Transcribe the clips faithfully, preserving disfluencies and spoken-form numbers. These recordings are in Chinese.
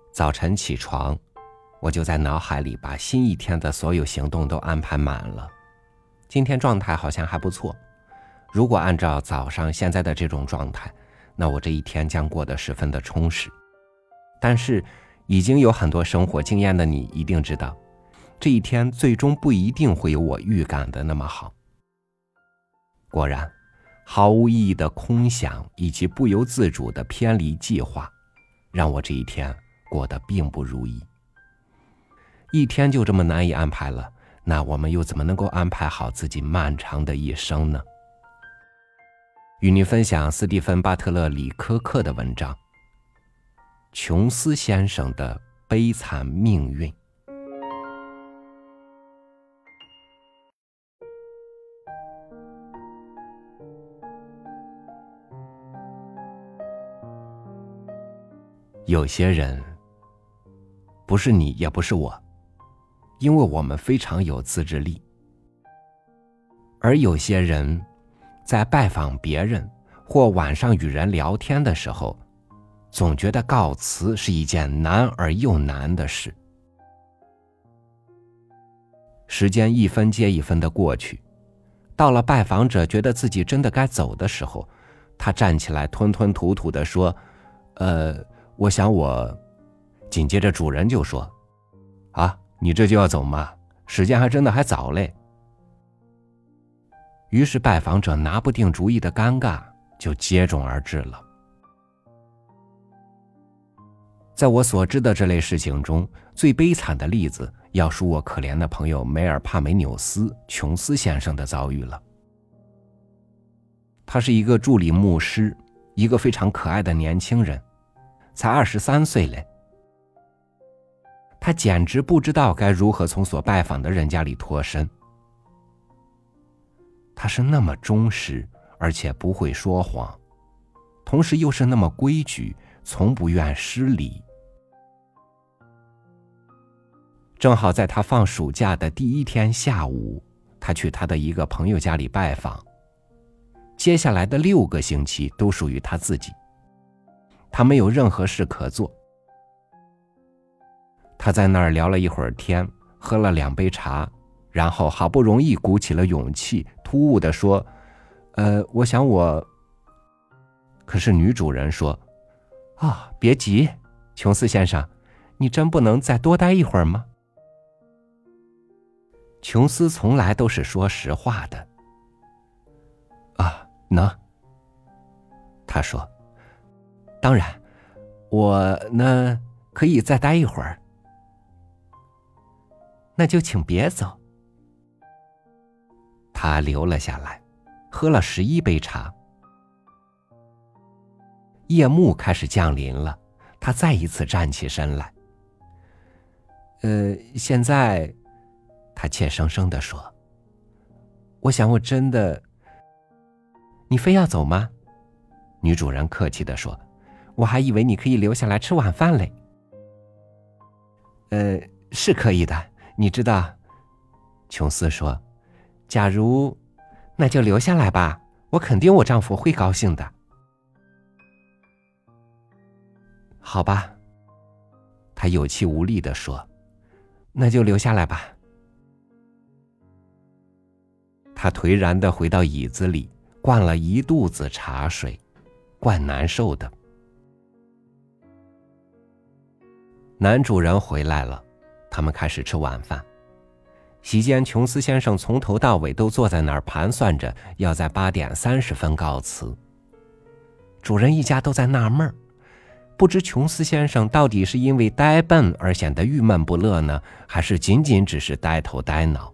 早晨起床，我就在脑海里把新一天的所有行动都安排满了。今天状态好像还不错，如果按照早上现在的这种状态，那我这一天将过得十分的充实。但是已经有很多生活经验的你一定知道，这一天最终不一定会有我预感的那么好。果然，毫无意义的空想以及不由自主的偏离计划，让我这一天过得并不如意。一天就这么难以安排了，那我们又怎么能够安排好自己漫长的一生呢？与您分享斯蒂芬·巴特勒·李科克的文章《琼斯先生的悲惨命运》。有些人，不是你也不是我，因为我们非常有自制力。而有些人在拜访别人或晚上与人聊天的时候，总觉得告辞是一件难而又难的事。时间一分接一分的过去，到了拜访者觉得自己真的该走的时候，他站起来吞吞吐吐地说，呃我想我……紧接着主人就说，啊，你这就要走吗？时间还真的还早嘞。于是拜访者拿不定主意的尴尬就接踵而至了。在我所知的这类事情中，最悲惨的例子要数我可怜的朋友梅尔帕梅纽斯琼斯先生的遭遇了。他是一个助理牧师，一个非常可爱的年轻人，才二十三岁嘞。他简直不知道该如何从所拜访的人家里脱身。他是那么忠实，而且不会说谎，同时又是那么规矩，从不愿失礼。正好在他放暑假的第一天下午，他去他的一个朋友家里拜访。接下来的六个星期都属于他自己，他没有任何事可做。他在那儿聊了一会儿天，喝了两杯茶，然后好不容易鼓起了勇气，突兀地说，呃，我想我……可是女主人说，啊，别急，琼斯先生，你真不能再多待一会儿吗？琼斯从来都是说实话的。啊，能。他说，当然，我呢，可以再待一会儿。那就请别走。他留了下来，喝了十一杯茶。夜幕开始降临了，他再一次站起身来。呃，现在，他怯生生地说，我想我真的……你非要走吗？女主人客气地说，我还以为你可以留下来吃晚饭嘞。呃，是可以的。你知道，琼斯说，假如，那就留下来吧，我肯定我丈夫会高兴的。好吧，他有气无力地说，那就留下来吧。他颓然地回到椅子里，灌了一肚子茶水，怪难受的。男主人回来了，他们开始吃晚饭。席间，琼斯先生从头到尾都坐在那儿盘算着要在八点三十分告辞。主人一家都在纳闷儿，不知琼斯先生到底是因为呆笨而显得郁闷不乐呢，还是仅仅只是呆头呆脑。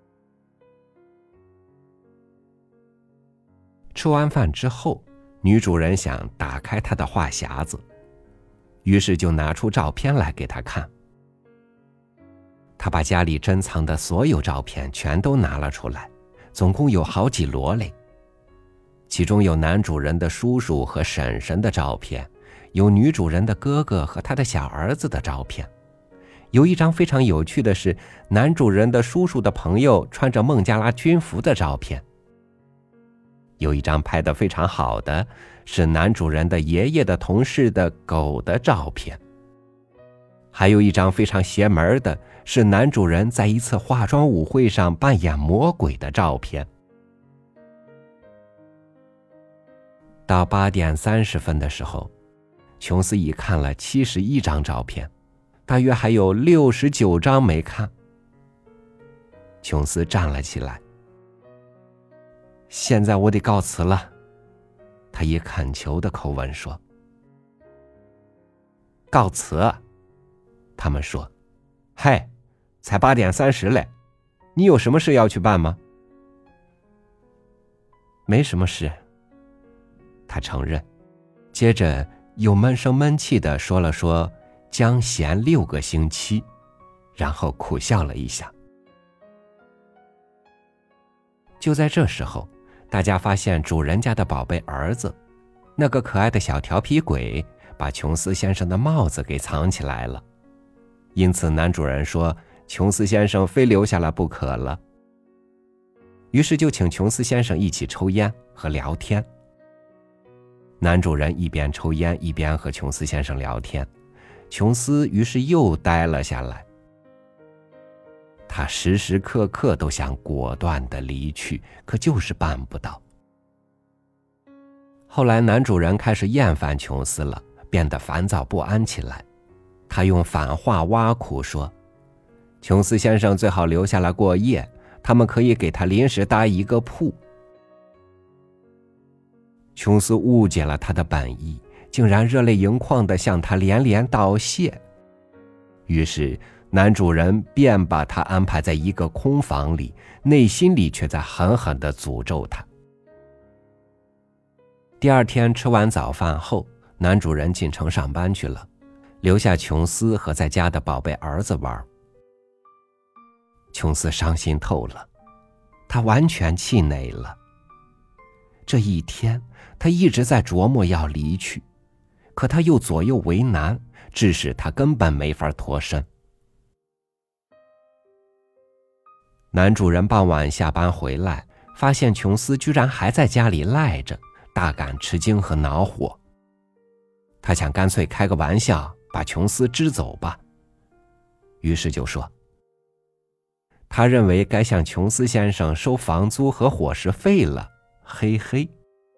吃完饭之后，女主人想打开她的话匣子，于是就拿出照片来给他看。他把家里珍藏的所有照片全都拿了出来，总共有好几摞嘞。其中有男主人的叔叔和婶婶的照片，有女主人的哥哥和他的小儿子的照片。有一张非常有趣的是男主人的叔叔的朋友穿着孟加拉军服的照片。有一张拍得非常好的是男主人的爷爷的同事的狗的照片。 还有一张非常邪门的，是男主人在一次化妆舞会上扮演魔鬼的照片。到八点三十分的时候，琼斯已看了七十一张照片，大约还有六十九张没看。琼斯站了起来，现在我得告辞了，他以恳求的口吻说。告辞？他们说，嗨，才八点三十嘞，你有什么事要去办吗？没什么事，他承认，接着又闷声闷气地说了说将闲六个星期，然后苦笑了一下。就在这时候，大家发现主人家的宝贝儿子，那个可爱的小调皮鬼，把琼斯先生的帽子给藏起来了。因此男主人说琼斯先生非留下来不可了，于是就请琼斯先生一起抽烟和聊天。男主人一边抽烟一边和琼斯先生聊天，琼斯于是又呆了下来。他时时刻刻都想果断地离去，可就是办不到。后来男主人开始厌烦琼斯了，变得烦躁不安起来。他用反话挖苦说，琼斯先生最好留下来过夜，他们可以给他临时搭一个铺。琼斯误解了他的本意，竟然热泪盈眶地向他连连道谢。于是男主人便把他安排在一个空房里，内心里却在狠狠地诅咒他。第二天吃完早饭后，男主人进城上班去了，留下琼斯和在家的宝贝儿子玩。琼斯伤心透了，他完全气馁了。这一天他一直在琢磨要离去，可他又左右为难，致使他根本没法脱身。男主人傍晚下班回来，发现琼斯居然还在家里赖着，大感吃惊和恼火。他想干脆开个玩笑，把琼斯支走吧，于是就说，他认为该向琼斯先生收房租和伙食费了，嘿嘿。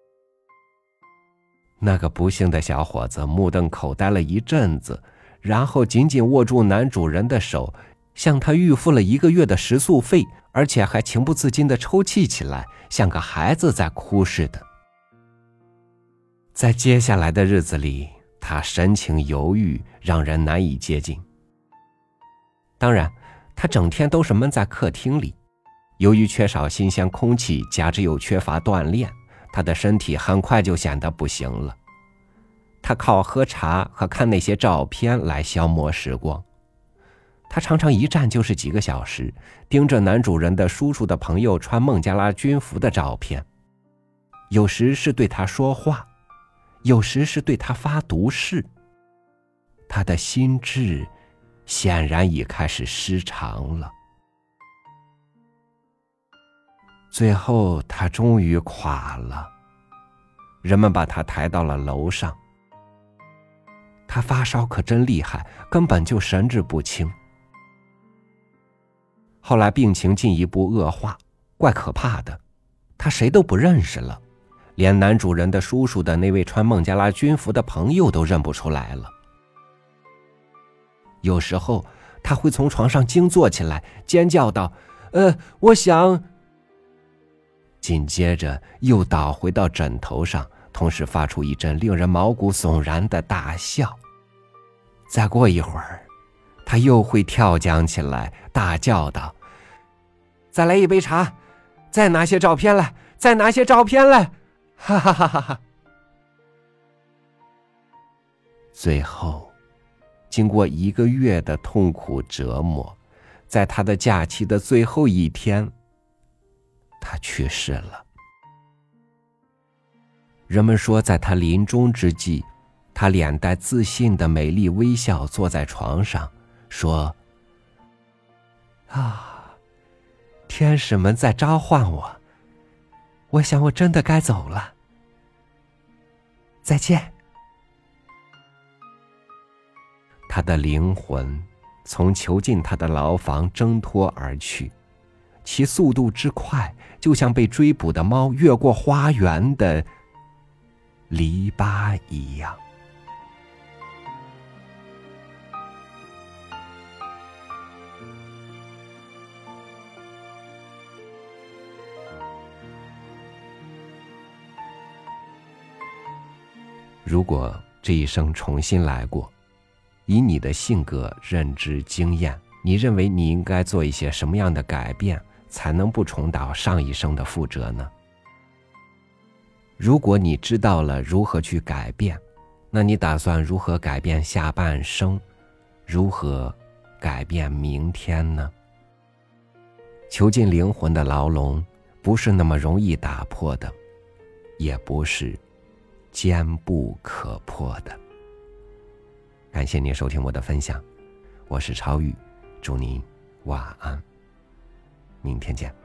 那个不幸的小伙子目瞪口呆了一阵子，然后紧紧握住男主人的手，向他预付了一个月的食宿费，而且还情不自禁地抽泣起来，像个孩子在哭似的。在接下来的日子里，他神情犹豫，让人难以接近。当然，他整天都是闷在客厅里，由于缺少新鲜空气，加之又缺乏锻炼，他的身体很快就显得不行了。他靠喝茶和看那些照片来消磨时光。他常常一站就是几个小时，盯着男主人的叔叔的朋友穿孟加拉军服的照片，有时是对他说话，有时是对他发毒誓。他的心智显然已开始失常了。最后他终于垮了，人们把他抬到了楼上。他发烧可真厉害，根本就神志不清。后来病情进一步恶化，怪可怕的，他谁都不认识了，连男主人的叔叔的那位穿孟加拉军服的朋友都认不出来了。有时候他会从床上惊坐起来，尖叫道，呃，我想……紧接着又倒回到枕头上，同时发出一阵令人毛骨悚然的大笑。再过一会儿，他又会跳江起来，大叫道，再来一杯茶，再拿些照片来，再拿些照片来，哈哈哈哈哈。最后经过一个月的痛苦折磨，在他的假期的最后一天，他去世了。人们说，在他临终之际，他脸带自信的美丽微笑，坐在床上说，啊，天使们在召唤我，我想我真的该走了，再见。 他的灵魂从囚禁他的牢房挣脱而去，其速度之快，就像被追捕的猫越过花园的篱笆一样。如果这一生重新来过，以你的性格、认知、经验，你认为你应该做一些什么样的改变，才能不重蹈上一生的覆辙呢？如果你知道了如何去改变，那你打算如何改变下半生？如何改变明天呢？囚禁灵魂的牢笼不是那么容易打破的，也不是坚不可破的。感谢您收听我的分享，我是超宇，祝您晚安，明天见。